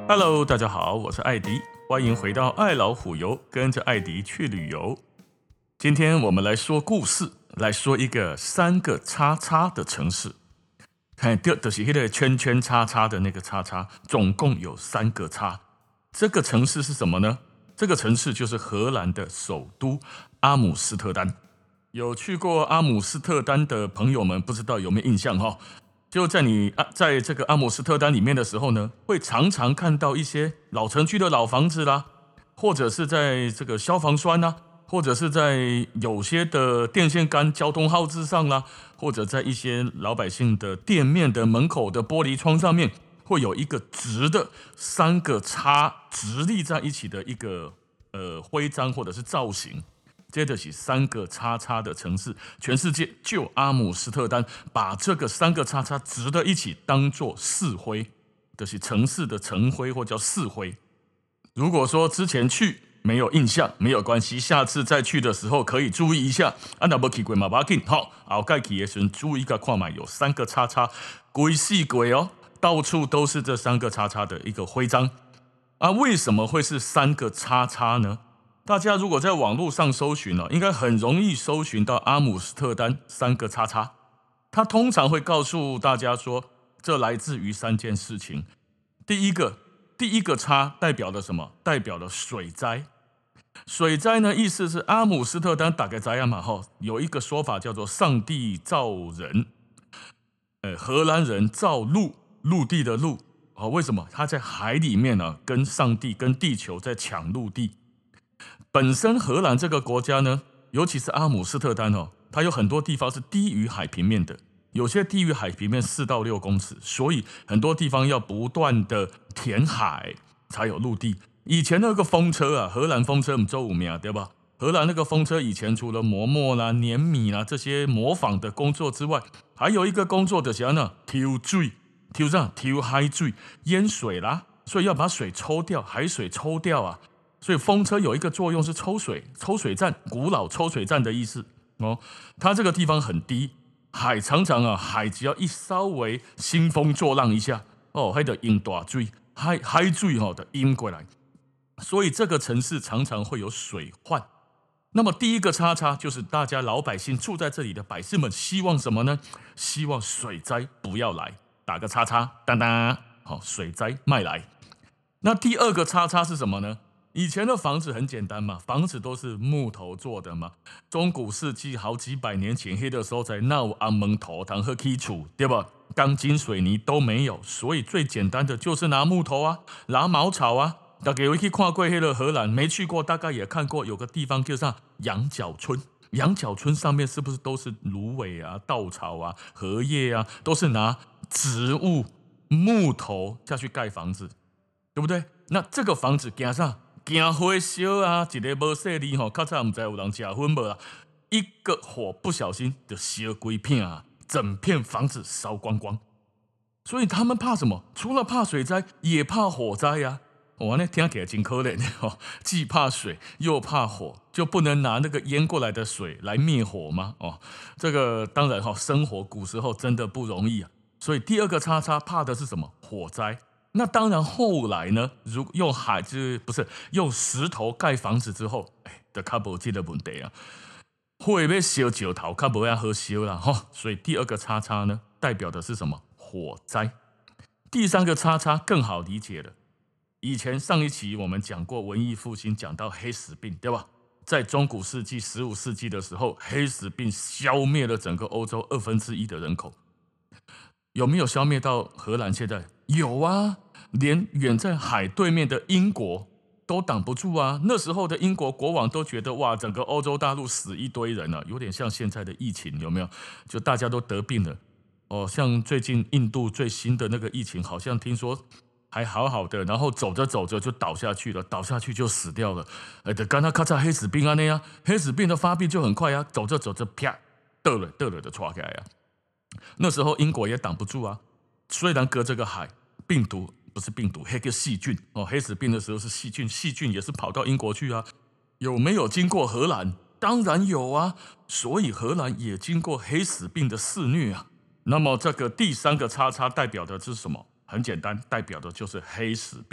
Hello，大家好，我是艾迪，欢迎回到爱老虎游，跟着艾迪去旅游。今天我们来说故事，来说一个三个叉叉的城市。看，就是那个圈圈叉叉的那个叉叉，总共有三个叉。这个城市是什么呢？这个城市就是荷兰的首都阿姆斯特丹。有去过阿姆斯特丹的朋友们，不知道有没有印象哈？就在你在这个阿姆斯特丹里面的时候呢，会常常看到一些老城区的老房子啦，或者是在这个消防栓啦，或者是在有些的电线杆交通号志上啦，或者在一些老百姓的店面的门口的玻璃窗上面，会有一个直的三个叉直立在一起的一个徽章或者是造型。这就是三个叉叉的城市，全世界就阿姆斯特丹把这个三个叉叉直的一起当作市徽，就是城市的城徽或叫市徽。如果说之前去没有印象，没有关系，下次再去的时候可以注意一下。那没去过嘛，不要紧，好，后盖去的时候注意一下看嘛，有三个叉叉，规四轨哦，到处都是这三个叉叉的一个徽章。为什么会是三个叉叉呢？大家如果在网络上搜寻应该很容易搜寻到阿姆斯特丹三个叉叉。它通常会告诉大家说，这来自于三件事情。第一个叉代表了什么？代表了水灾。水灾呢，意思是阿姆斯特丹大概这样嘛，有一个说法叫做上帝造人，荷兰人造陆，陆地的陆。为什么？他在海里面跟上帝跟地球在抢陆地。本身荷兰这个国家呢，尤其是阿姆斯特丹它有很多地方是低于海平面的，有些低于海平面4到6公尺，所以很多地方要不断的填海才有陆地。以前那个风车荷兰风车不就有名对吧？荷兰那个风车以前除了磨墨啦、碾米啦这些模仿的工作之外，还有一个工作就是抽水，抽海水，淹水啦，所以要把水抽掉，海水抽掉啊。所以风车有一个作用是抽水站，古老抽水站的意思它这个地方很低，海常常海只要一稍微兴风作浪一下还得淹大水，海水的淹过来，所以这个城市常常会有水患。那么第一个叉叉就是大家老百姓住在这里的百姓们希望什么呢？希望水灾不要来，打个叉叉，当当，水灾卖来。那第二个叉叉是什么呢？以前的房子很简单嘛，房子都是木头做的嘛。中古世纪好几百年前，那个时候才闹安门头堂和基础，对吧？钢筋水泥都没有，所以最简单的就是拿木头拿茅草大家有去看过那个荷兰，没去过大概也看过，有个地方叫做羊角村。羊角村上面是不是都是芦苇稻草荷叶都是拿植物木头下去盖房子，对不对？那这个房子惊啥？惊火烧一个没细力较早不知有人吃薰没一个火不小心就烧几片整片房子烧光光。所以他们怕什么？除了怕水灾，也怕火灾那听起来真可怜既怕水又怕火，就不能拿那个淹过来的水来灭火吗？这个当然生活古时候真的不容易所以第二个叉叉怕的是什么？火灾。那当然，后来呢？如用用石头盖房子之后，就较无这个问题火要烧石头，较无好烧啦所以第二个叉叉呢，代表的是什么？火灾。第三个叉叉更好理解了。以前上一期我们讲过文艺复兴，讲到黑死病，对吧？在中古世纪15世纪的时候，黑死病消灭了整个欧洲1/2的人口。有没有消灭到荷兰？现在有连远在海对面的英国都挡不住那时候的英国国王都觉得哇，整个欧洲大陆死一堆人有点像现在的疫情，有没有？就大家都得病了像最近印度最新的那个疫情，好像听说还好好的，然后走着走着就倒下去了，倒下去就死掉了。就跟他咔嚓黑死病那样，黑死病的发病就很快走着走着啪得了就窜起来那时候英国也挡不住虽然隔这个海，病毒不是病毒，黑个细菌黑死病的时候是细菌，细菌也是跑到英国去有没有经过荷兰？当然有所以荷兰也经过黑死病的肆虐那么这个第三个叉叉代表的是什么？很简单，代表的就是黑死病。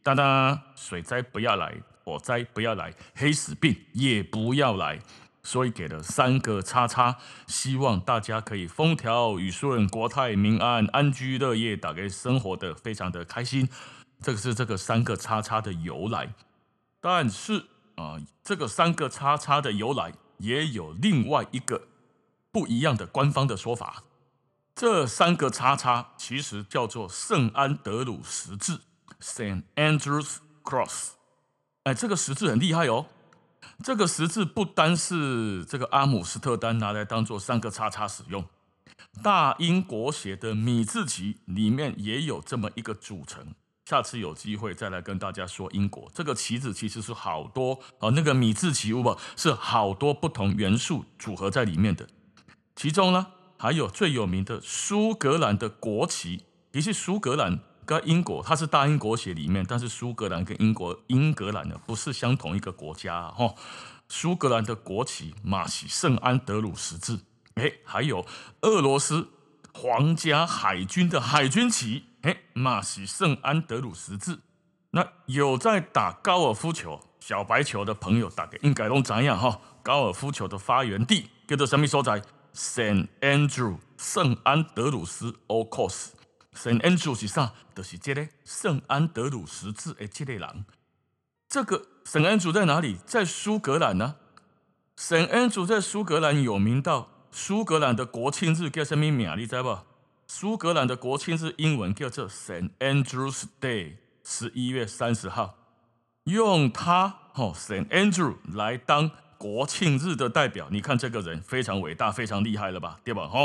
当当，水灾不要来，火灾不要来，黑死病也不要来，所以给了3个叉叉，希望大家可以风调雨顺，国泰民安，安居乐业，大家生活的非常的开心。这个是这个3个叉叉的由来。但是这个3个叉叉的由来也有另外一个不一样的官方的说法。这3个叉叉其实叫做圣安德鲁十字 （Saint Andrew's Cross）。这个十字很厉害哦。这个十字不单是这个阿姆斯特丹拿来当做3个叉叉使用，大英国协的米字旗里面也有这么一个组成。下次有机会再来跟大家说英国这个旗子其实是好多那个米字旗是好多不同元素组合在里面的。其中呢，还有最有名的苏格兰的国旗。其实苏格兰跟英国它是大英国协里面，但是苏格兰跟英格兰呢不是相同一个国家苏格兰的国旗嘛是圣安德鲁十字，还有俄罗斯皇家海军的海军旗。嘛是圣安德鲁十字。那有在打高尔夫球、小白球的朋友，大概应该都知道高尔夫球的发源地叫做什么所在 ？Saint Andrew 圣安德鲁斯 Old Course。Saint Andrew 是啥？就是这个圣安德鲁十字的这个人。这个圣安主在哪里？在苏格兰呢。圣安主在苏格兰有名到苏格兰的国庆日叫什么名？你知道不？苏格兰的国庆日英文叫做 Saint Andrew's Day， 11月30号，用它Saint Andrew 来当国庆日的代表。你看这个人非常伟大，非常厉害了吧？对吧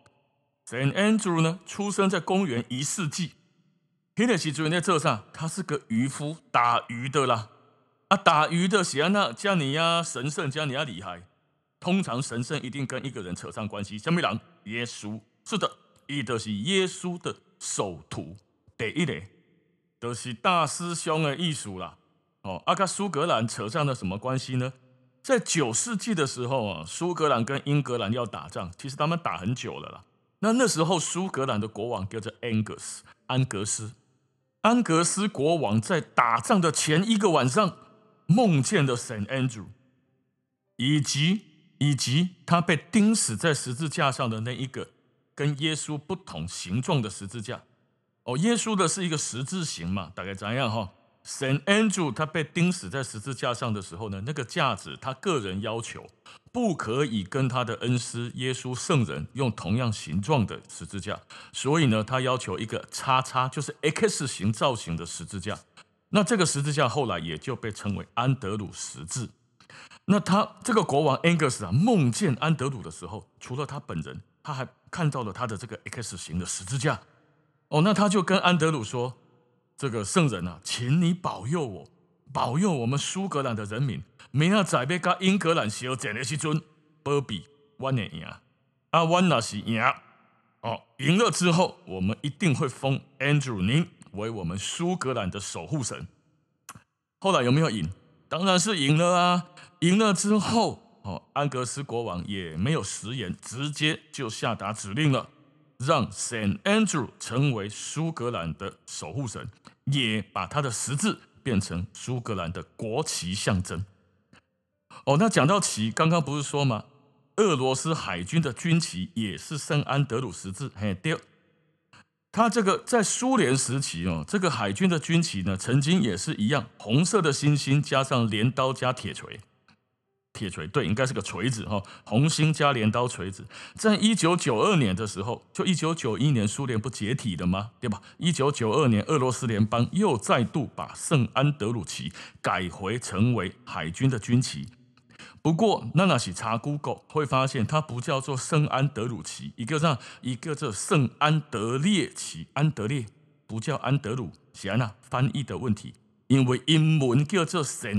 ？Saint Andrew 呢，出生在公元1世纪。那个时候在这上，他是个渔夫，打鱼的啦。打鱼的是那加尼亚神圣，加尼亚厉害。通常神圣一定跟一个人扯上关系。什么人？耶稣。是的。他就是耶稣的首徒，第一个就是大师兄的意思啦。跟苏格兰扯上了什么关系呢？在9世纪的时候苏格兰跟英格兰要打仗，其实他们打很久了啦。那时候苏格兰的国王叫做安格斯。安格斯国王在打仗的前1个晚上，梦见了 Saint Andrew， 以及他被钉死在十字架上的那一个跟耶稣不同形状的十字架。耶稣的是一个十字形嘛，大概怎样Saint Andrew 他被钉死在十字架上的时候呢，那个架子他个人要求不可以跟他的恩师耶稣圣人用同样形状的十字架，所以呢，他要求一个叉叉，就是 X 型造型的十字架。那这个十字架后来也就被称为安德鲁十字。那他这个国王 Angus 梦见安德鲁的时候，除了他本人，他还看到了他的这个 X 型的十字架。那他就跟安德鲁说：“这个圣人请你保佑我，保佑我们苏格兰的人民，明仔载要跟英格兰相战的时阵，保庇我们会赢。我们若是赢，赢了之后，我们一定会封 Andrew 您为我们苏格兰的守护神。”后来有没有赢？当然是赢了啊！赢了之后，安格斯国王也没有食言，直接就下达指令了，让 Saint Andrew 成为苏格兰的守护神，也把他的十字变成苏格兰的国旗象征。那讲到旗，刚刚不是说吗？俄罗斯海军的军旗也是圣安德鲁十字。对，他这个在苏联时期这个海军的军旗呢，曾经也是一样，红色的星星加上镰刀加铁锤。铁锤对，应该是个锤子红星加镰刀锤子。在1992年的时候，就1991年苏联不解体了吗？对吧？1992年俄罗斯联邦又再度把圣安德鲁旗改回成为海军的军旗。不过那是查 Google 会发现它不叫做圣安德鲁旗，一个叫圣安德烈旗。安德烈不叫安德鲁，是翻译的问题，因为英文叫做 Saint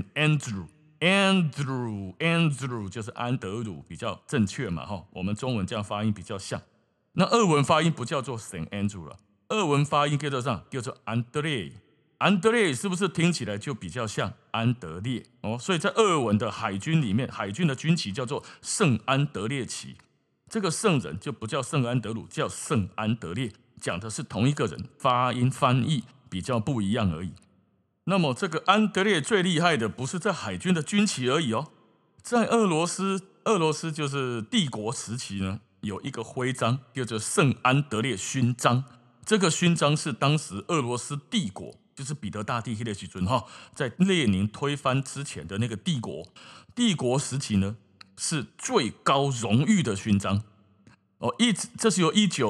Andrew 就是安德鲁比较正确嘛我们中文这样发音比较像。那俄文发音不叫做 Saint Andrew 了，俄文发音叫做安德烈。安德烈是不是听起来就比较像安德烈所以在俄文的海军里面，海军的军旗叫做圣安德烈旗。这个圣人就不叫圣安德鲁，叫圣安德烈，讲的是同一个人，发音翻译比较不一样而已。 那么这个安德烈最厉害的不是在海军的军旗而已哦，在俄罗斯就是帝国时期呢，有一个徽章叫做圣安德烈勋章。这个勋章是当时俄罗斯帝国，就是彼得大帝那个时候在列宁推翻之前的那个帝国时期呢，是最高荣誉的勋章。这是由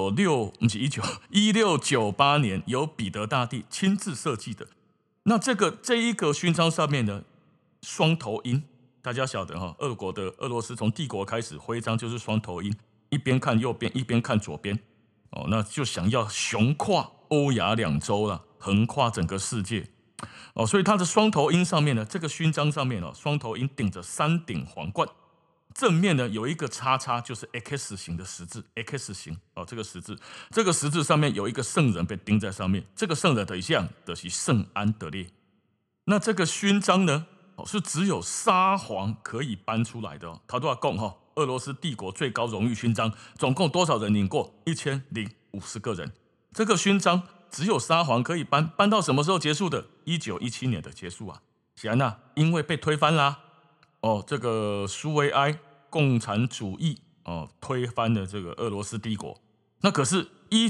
1698年由彼得大帝亲自设计的。那这一个勋章上面呢，双头鹰，大家晓得哈，俄罗斯从帝国开始，徽章就是双头鹰，一边看右边，一边看左边。那就想要雄跨欧亚两洲了，横跨整个世界。所以它的双头鹰上面呢，这个勋章上面双头鹰顶着3顶皇冠。正面呢有一个叉叉，就是 X 型的十字 ，X 型这个十字上面有一个圣人被钉在上面，这个圣人的像就是圣安德烈。那这个勋章呢，是只有沙皇可以颁出来的。他都要讲俄罗斯帝国最高荣誉勋章，总共多少人领过？1050个人。这个勋章只有沙皇可以颁，颁到什么时候结束的？1917年的结束啊。显然因为被推翻啦。这个苏维埃共产主义推翻了这个俄罗斯帝国。那可是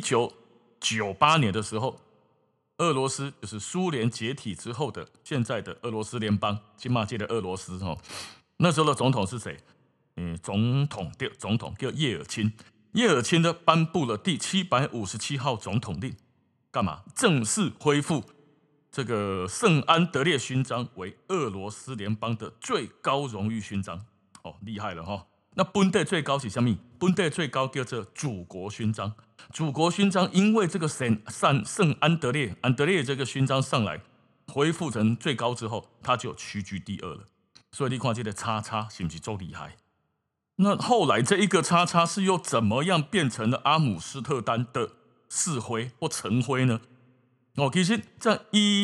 1998年的时候，俄罗斯就是苏联解体之后的现在的俄罗斯联邦，金马界的俄罗斯那时候的总统是谁？总统叫叶尔钦。叶尔钦呢颁布了第757号总统令，干嘛？正式恢复这个圣安德烈勋章为俄罗斯联邦的最高荣誉勋章。厉害了那本地最高是什么？本地最高叫做祖国勋章。祖国勋章因为这个圣安德烈这个勋章上来恢复成最高之后，他就屈居第2了。所以你看这个叉叉是不是够厉害？那后来这一个叉叉是又怎么样变成了阿姆斯特丹的市徽或城徽呢？其实在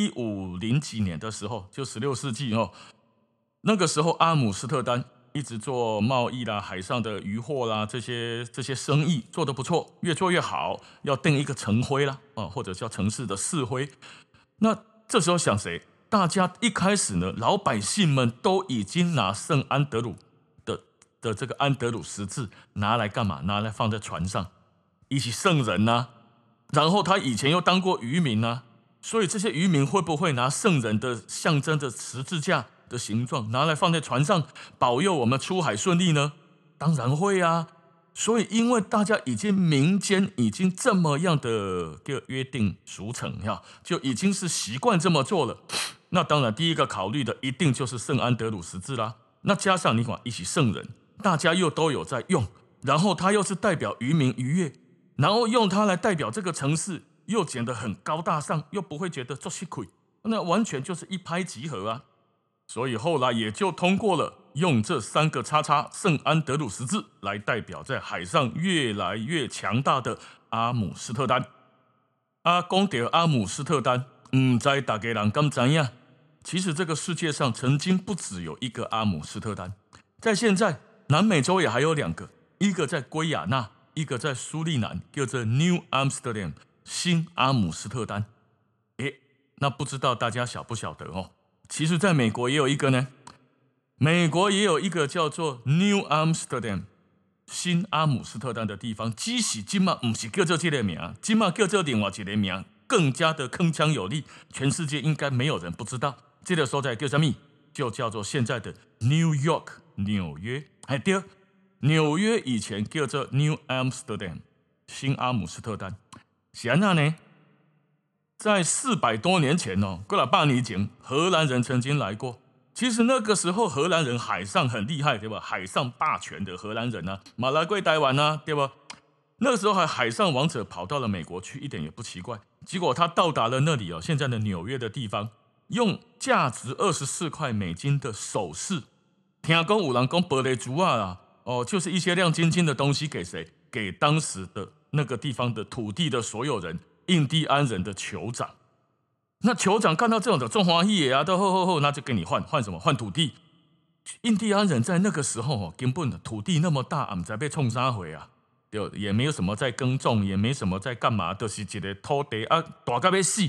1500几年的时候，就16世纪那个时候阿姆斯特丹一直做贸易啦，海上的渔获啦，这些生意做得不错，越做越好，要定一个城徽啦，或者叫城市的市徽。那这时候想谁？大家一开始呢，老百姓们都已经拿圣安德鲁的这个安德鲁十字拿来干嘛？拿来放在船上，一起圣人啊。然后他以前又当过渔民啊，所以这些渔民会不会拿圣人的象征的十字架的形状拿来放在船上，保佑我们出海顺利呢？当然会啊。所以因为大家民间已经这么样的约定俗成就已经是习惯这么做了。那当然第一个考虑的一定就是圣安德鲁十字啦。那加上你看一起圣人，大家又都有在用，然后他又是代表渔民渔业，然后用它来代表这个城市，又显得很高大上，又不会觉得做吃亏，那完全就是一拍即合啊。所以后来也就通过了用这3个叉叉圣安德鲁十字来代表在海上越来越强大的阿姆斯特丹。讲到阿姆斯特丹，不知大家人敢知道，其实这个世界上曾经不只有一个阿姆斯特丹，在现在南美洲也还有2个，一个在圭亚那，一个在苏利南，叫做 New Amsterdam 新阿姆斯特丹。那不知道大家晓不晓得其实在美国也有一个呢，美国也有一个叫做 New Amsterdam 新阿姆斯特丹的地方，只是现在不是叫做这个名，现在叫做另外一个名，更加的铿锵有力，全世界应该没有人不知道。这个所在叫什么？就叫做现在的 New York 纽约。对，纽约以前叫做 New Amsterdam 新阿姆斯特丹。是这样呢，在400多年前过了8年前，荷兰人曾经来过。其实那个时候荷兰人海上很厉害，对吧？海上霸权的荷兰人啊，马来贵台湾啊，对吧？那个时候海上王者跑到了美国去，一点也不奇怪。结果他到达了那里现在的纽约的地方，用价值24块美金的首饰，听说有人说玻璃珠啊就是一些亮晶晶的东西给谁？给当时的那个地方的土地的所有人，印第安人的酋长。那酋长看到这种的中华裔都后，那就给你换什么？换土地。印第安人在那个时候根本土地那么大，不知道被冲啥回啊，对，也没有什么在耕种，也没什么在干嘛，就是一个土地大到要死，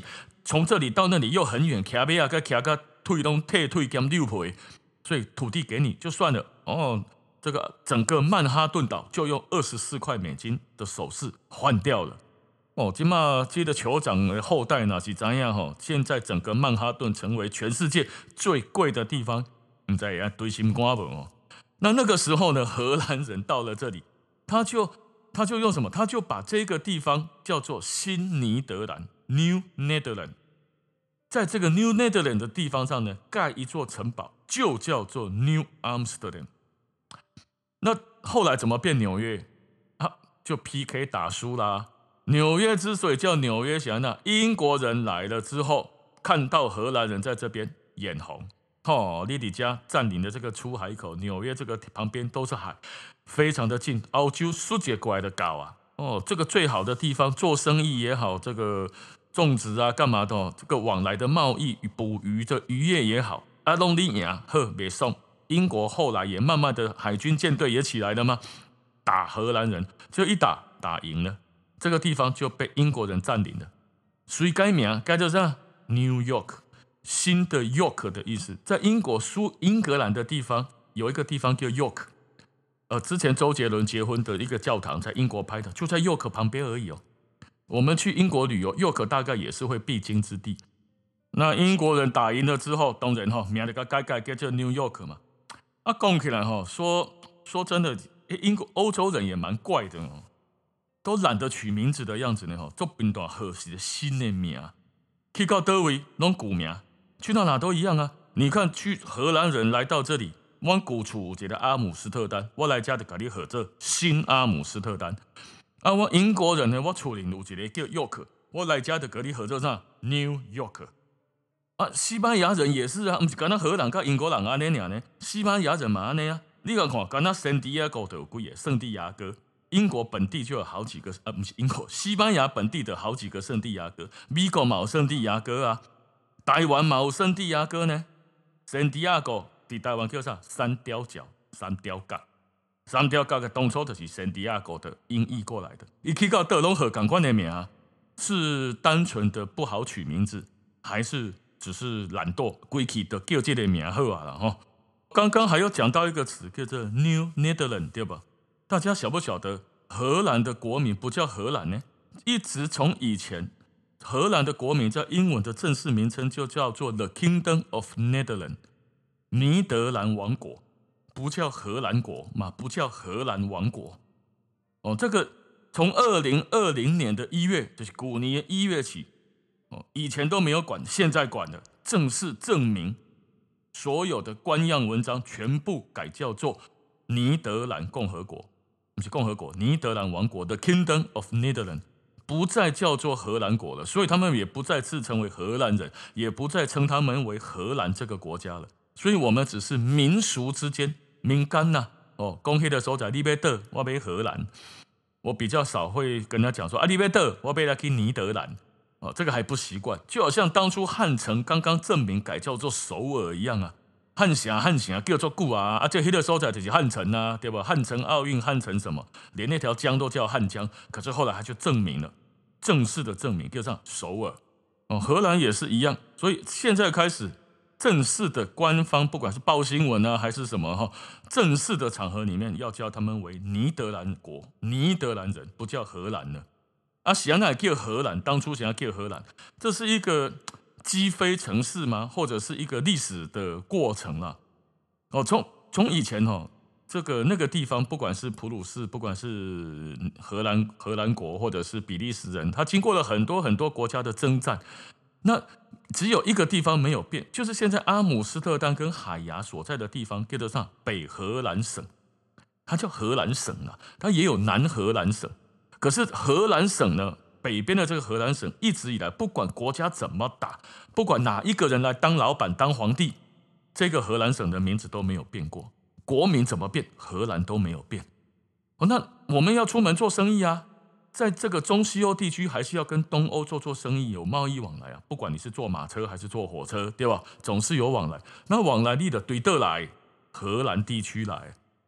从这里到那里又很远，骑马啊，跟骑个腿都退退兼溜皮，所以土地给你就算了哦。这个整个曼哈顿岛就用24块美金的首饰换掉了哦。今嘛接着酋长的后代呢是怎样哈？现在整个曼哈顿成为全世界最贵的地方，你在也堆心瓜不哦？那个时候呢，荷兰人到了这里，他就用什么？他就把这个地方叫做新尼德兰 （New Netherland）。在这个 New Netherland 的地方上呢，盖一座城堡，就叫做 New Amsterdam。那后来怎么变纽约？就 PK 打输啦。纽约之所以叫纽约，想那英国人来了之后，看到荷兰人在这边眼红。利里加占领的这个出海口，纽约这个旁边都是海，非常的近。澳洲输结过来的搞啊，这个最好的地方，做生意也好，这个种植啊，干嘛的，这个往来的贸易、捕鱼的渔业也好，弄你赢别送。英国后来也慢慢的海军舰队也起来了吗？打荷兰人，就一打赢了，这个地方就被英国人占领了。所以改名改叫啥 New York， 新的 York 的意思。在英国苏英格兰的地方有一个地方叫 York，之前周杰伦结婚的一个教堂在英国拍的，就在 York 旁边而已哦。我们去英国旅游 ，York 大概也是会必经之地。那英国人打赢了之后，当然名就改叫 New York 嘛。讲起来说真的，欧洲人也蛮怪的哦，都懒得取名字的样子呢做变大好是新的名，去到哪位拢古名，去到哪都一样啊。你看，去荷兰人来到这里，我古厝有一个阿姆斯特丹，我来家就给你合作新阿姆斯特丹。我英国人呢，我厝里有一个叫 York， 我来家就给你合作啥 New York。西班牙人也是啊，不是干那荷兰跟英国人安尼尔呢？西班牙人嘛安尼啊，你看干那圣地亚哥都有几个圣地亚哥，英国本地就有好几个不是英国，西班牙本地的好几个圣地亚哥，美国嘛有圣地亚哥啊，台湾嘛有圣地亚哥呢。圣地亚哥在台湾叫啥？三雕角、三雕角。三雕角的当初就是圣地亚哥的音译过来的。你去到德隆河港关的名是单纯的不好取名字，还是只是懒惰，规气的叫这个名好啊了哈。刚刚还有讲到一个词叫做 New Netherland， 对吧？大家晓不晓得荷兰的国名不叫荷兰呢？一直从以前，荷兰的国名在英文的正式名称就叫做 The Kingdom of Netherlands， 尼德兰王国，不叫荷兰国嘛，不叫荷兰王国。这个从2020年的1月，就是去年的1月起。以前都没有管，现在管了，正式证明所有的官样文章全部改叫做尼德兰共和国，不是共和国，尼德兰王国的 Kingdom of Netherlands， 不再叫做荷兰国了，所以他们也不再自称为荷兰人，也不再称他们为荷兰这个国家了。所以我们只是民俗之间民间呐，讲迄个所在，你要倒，我要荷兰，我比较少会跟他讲说你要倒，我要来去尼德兰。这个还不习惯，就好像当初汉城刚刚正名改叫做首尔一样啊。汉城叫做古啊，这迄个所在就是汉城啊，对吧？汉城奥运，汉城什么，连那条江都叫汉江。可是后来他就证明了，正式的证明叫上首尔。荷兰也是一样，所以现在开始正式的官方，不管是报新闻啊还是什么正式的场合里面，要叫他们为尼德兰国、尼德兰人，不叫荷兰了。想要叫荷兰，当初想要叫荷兰，这是一个击飞城市吗？或者是一个历史的过程啦？从以前这个那个地方，不管是普鲁士，不管是荷兰国，或者是比利时人，他经过了很多很多国家的征战，那只有一个地方没有变，就是现在阿姆斯特丹跟海牙所在的地方，叫做上北荷兰省，它叫荷兰省啊，它也有南荷兰省。可是荷兰省呢，北边的这个荷兰省一直以来，不管国家怎么打，不管哪一个人来当老板、当皇帝，这个荷兰省的名字都没有变过，国民怎么变，荷兰都没有变。那我们要出门做生意啊，在这个中西欧地区，还是要跟东欧做生意，有贸易往来啊。不管你是坐马车还是坐火车，对吧？总是有往来。那往来你的对得来荷兰地区来。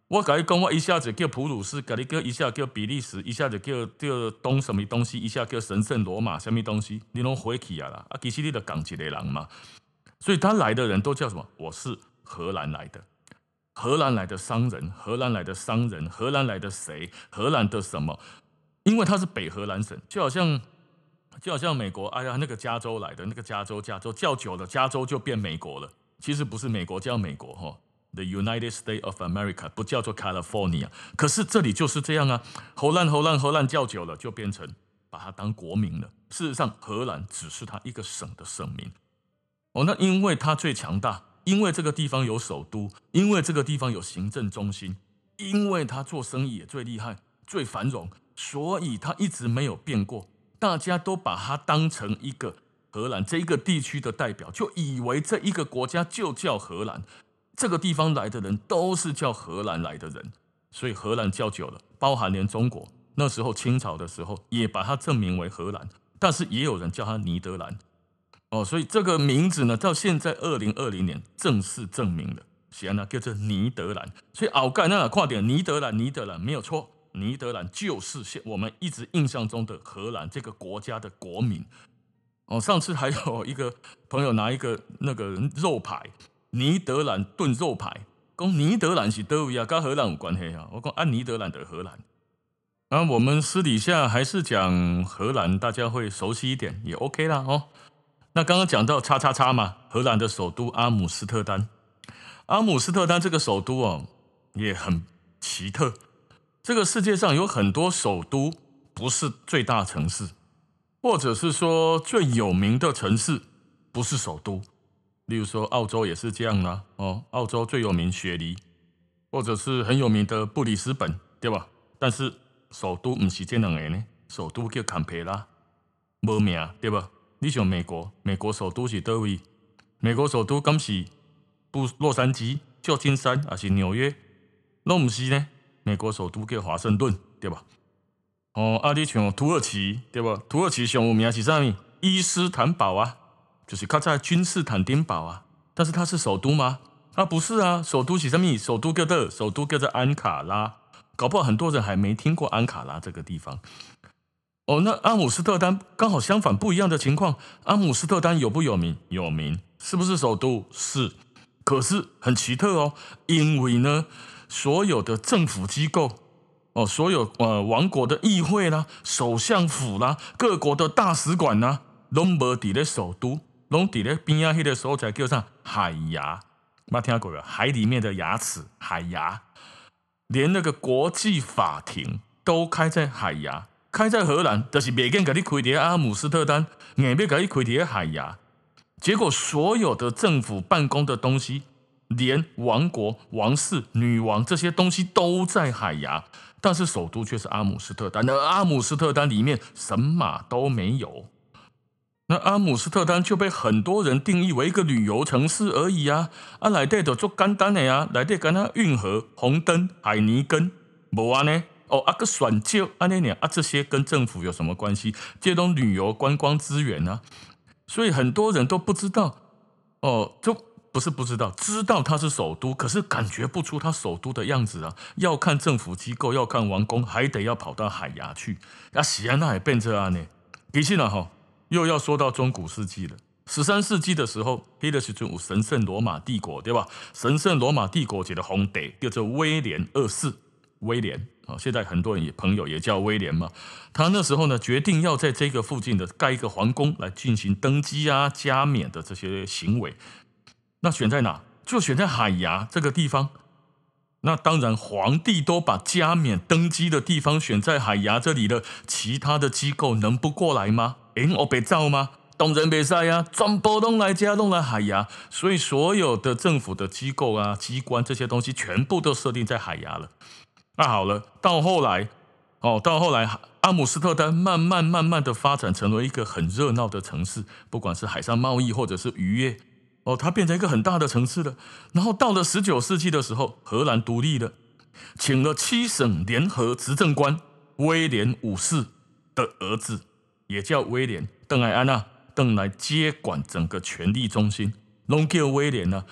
我跟你讲，我一下子叫普鲁士，跟你叫一下叫比利时，一下子叫东什么东西，一下叫神圣罗马什么东西，你拢回去啊啦！其实你就讲一个人嘛。所以他来的人都叫什么？我是荷兰来的，荷兰来的商人，荷兰来的商人，荷兰来的谁？荷兰的什么？因为他是北荷兰省，就好像美国，哎呀，那个加州来的，那个加州叫久了，加州就变美国了。其实不是美国叫美国哈。The United States of America 不叫做 California， 可是这里就是这样啊。荷兰叫久了就变成把它当国民了。事实上，荷兰只是它一个省的省名。那因为它最强大，因为这个地方有首都，因为这个地方有行政中心，因为它做生意也最厉害、最繁荣，所以它一直没有变过。大家都把它当成一个荷兰这一个地区的代表，就以为这一个国家就叫荷兰。这个地方来的人都是叫荷兰来的人，所以荷兰叫久了，包含连中国那时候清朝的时候也把它证明为荷兰，但是也有人叫它尼德兰。所以这个名字呢，到现在2020年正式证明了，现在叫做尼德兰。所以后盖那看点尼德兰没有错，尼德兰就是我们一直印象中的荷兰这个国家的国民。上次还有一个朋友拿一个那个肉排。尼德兰炖肉排，讲尼德兰是哪位啊？跟荷兰有关系啊？我讲尼德兰的荷兰。我们私底下还是讲荷兰，大家会熟悉一点，也 OK 啦哦。那刚刚讲到叉叉叉嘛，荷兰的首都阿姆斯特丹。阿姆斯特丹这个首都也很奇特。这个世界上有很多首都不是最大城市，或者是说最有名的城市不是首都。例如说澳洲也是这样啦，澳洲最有名雪梨，或者是很有名的布里斯本，对吧？但是首都不是这两个呢，首都叫坎培拉，没名，对吧？你像美国首都是哪位？美国首都敢是洛杉矶、旧金山还是纽约？拢不是呢，美国首都叫华盛顿，对吧？你像土耳其，对吧？土耳其上有名是啥物？伊斯坦堡啊。就是靠在君士坦丁堡啊，但是它是首都吗？不是啊，首都是什么？首都叫做安卡拉，搞不好很多人还没听过安卡拉这个地方。那阿姆斯特丹刚好相反，不一样的情况。阿姆斯特丹有不有名？有名，是不是首都？是，可是很奇特因为呢，所有的政府机构所有王国的议会啦、首相府啦、各国的大使馆啦，拢无伫咧首都。拢伫咧边仔迄个所在叫啥海牙，捌听过没？海里面的牙齿，海牙。连那个国际法庭都开在海牙，开在荷兰，就是袂瘾甲你开伫阿姆斯特丹，硬要甲你开伫海牙。结果所有的政府办公的东西，连王国、王室、女王这些东西都在海牙，但是首都却是阿姆斯特丹，而阿姆斯特丹里面什么都没有。那阿姆斯特丹就被很多人定义为一个旅游城市而已啊！内底就做简单的啊，内底敢若运河、红灯、海尼根，无啊呢？个选酒安尼呢？这些跟政府有什么关系？这种旅游观光资源啊，所以很多人都不知道就不是不知道，知道它是首都，可是感觉不出它首都的样子啊！要看政府机构，要看王宫，还得要跑到海牙去。是啊，那也变这样呢？其实呢又要说到中古世纪了。13世纪的时候，那个时候有神圣罗马帝国，对吧？神圣罗马帝国一个皇帝叫做威廉2世，威廉现在很多人朋友也叫威廉嘛。他那时候呢，决定要在这个附近的盖一个皇宫来进行登基啊、加冕的这些行为。那选在哪？就选在海牙这个地方。那当然，皇帝都把加冕登基的地方选在海牙这里了，其他的机构能不过来吗？我别造吗？当然不可以啊，全部都来家，都来海牙，所以所有的政府的机构啊、机关这些东西，全部都设定在海牙了。那好了，到后来，阿姆斯特丹慢慢的发展成为一个很热闹的城市，不管是海上贸易或者是渔业。它变成一个很大的城市了。然后到了19世纪的时候，荷兰独立了，请了7省联合执政官威廉5世的儿子，也叫威廉邓艾安娜，邓来接管整个权力中心，拢叫威廉啊。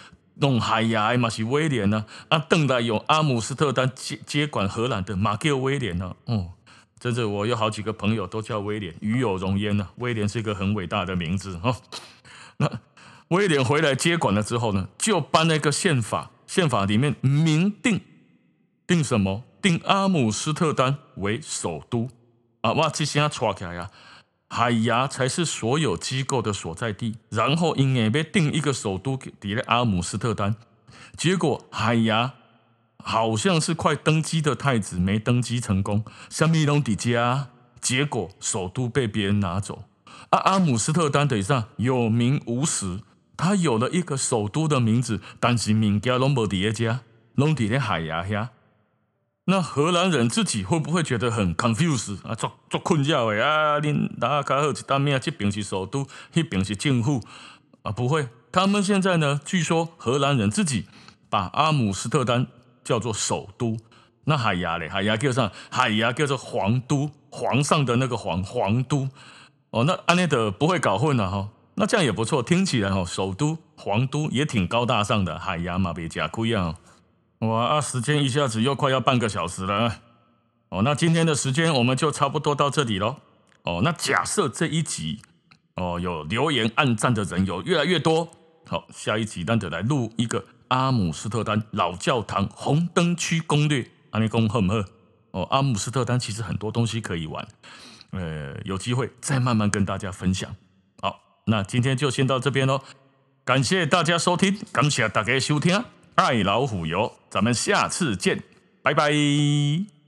弄海牙的嘛是威廉啊，邓来有阿姆斯特丹接管荷兰的马叫威廉啊，真的我有好几个朋友都叫威廉，与有荣焉啊。威廉是一个很伟大的名字哈。那威廉回来接管了之后呢，就颁了一个宪法，宪法里面明定什么？定阿姆斯特丹为首都啊！哇，这下抓起来呀！海牙才是所有机构的所在地，然后因为要定一个首都在阿姆斯特丹，结果海牙好像是快登基的太子没登基成功，什么都在家，结果首都被别人拿走。阿姆斯特丹等于上有名无实，他有了一个首都的名字，但是物件拢无在家，拢在海牙遐。那荷兰人自己会不会觉得很 confused 啊？做困扰的啊？恁大家好一单面，这边是首都，那边是政府啊？不会，他们现在呢？据说荷兰人自己把阿姆斯特丹叫做首都，那海牙嘞？海牙叫啥？海牙叫做皇都，皇上的那个皇都哦。那安内的不会搞混了哈。那这样也不错，听起来首都、皇都也挺高大上的。海牙嘛，别假亏啊。哇，时间一下子又快要半个小时了那今天的时间我们就差不多到这里咯那假设这一集有留言按赞的人有越来越多，好，下一集咱就来录一个阿姆斯特丹老教堂红灯区攻略，安尼讲好不好？阿姆斯特丹其实很多东西可以玩，有机会再慢慢跟大家分享。好，那今天就先到这边咯，感谢大家收听，感谢大家收听。爱老虎油，咱们下次见，拜拜。